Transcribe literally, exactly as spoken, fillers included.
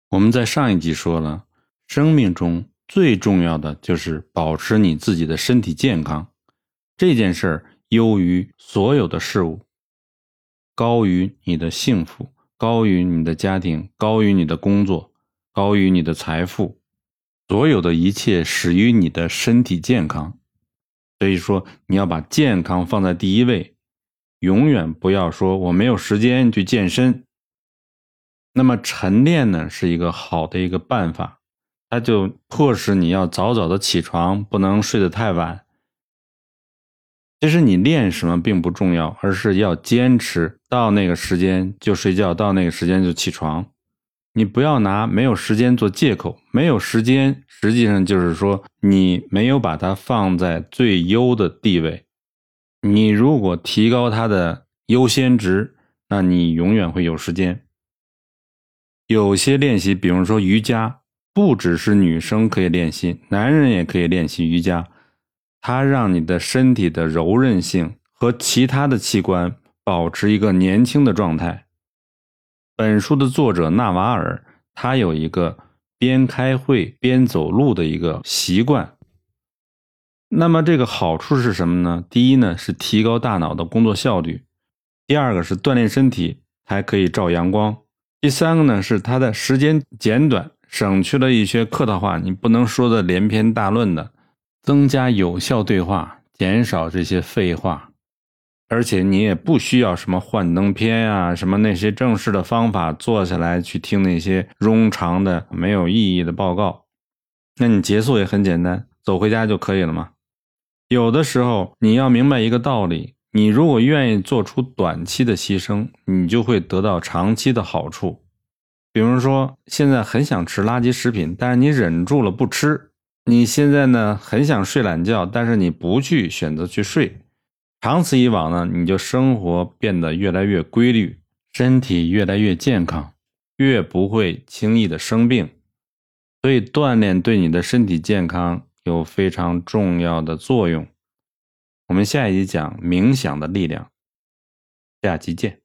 我们在上一集说了，生命中最重要的就是保持你自己的身体健康，这件事儿优于所有的事物，高于你的幸福，高于你的家庭，高于你的工作，高于你的财富，所有的一切始于你的身体健康。所以说你要把健康放在第一位，永远不要说我没有时间去健身。那么晨练呢是一个好的一个办法，它就迫使你要早早的起床，不能睡得太晚。其实你练什么并不重要，而是要坚持到那个时间就睡觉，到那个时间就起床。你不要拿没有时间做借口，没有时间实际上就是说你没有把它放在最优的地位。你如果提高它的优先值，那你永远会有时间。有些练习，比如说瑜伽，不只是女生可以练习，男人也可以练习瑜伽。它让你的身体的柔韧性和其他的器官保持一个年轻的状态。本书的作者纳瓦尔，他有一个边开会边走路的一个习惯。那么这个好处是什么呢？第一呢，是提高大脑的工作效率；第二个是锻炼身体，还可以照阳光；第三个呢，是它的时间简短，省去了一些客套话，你不能说的连篇大论的，增加有效对话，减少这些废话。而且你也不需要什么幻灯片啊，什么那些正式的方法，坐下来去听那些冗长的没有意义的报告。那你结束也很简单，走回家就可以了嘛。有的时候你要明白一个道理，你如果愿意做出短期的牺牲，你就会得到长期的好处。比如说现在很想吃垃圾食品，但是你忍住了不吃。你现在呢很想睡懒觉，但是你不去选择去睡。长此以往呢，你就生活变得越来越规律，身体越来越健康，越不会轻易的生病。所以锻炼对你的身体健康有非常重要的作用。我们下一集讲冥想的力量，下期见。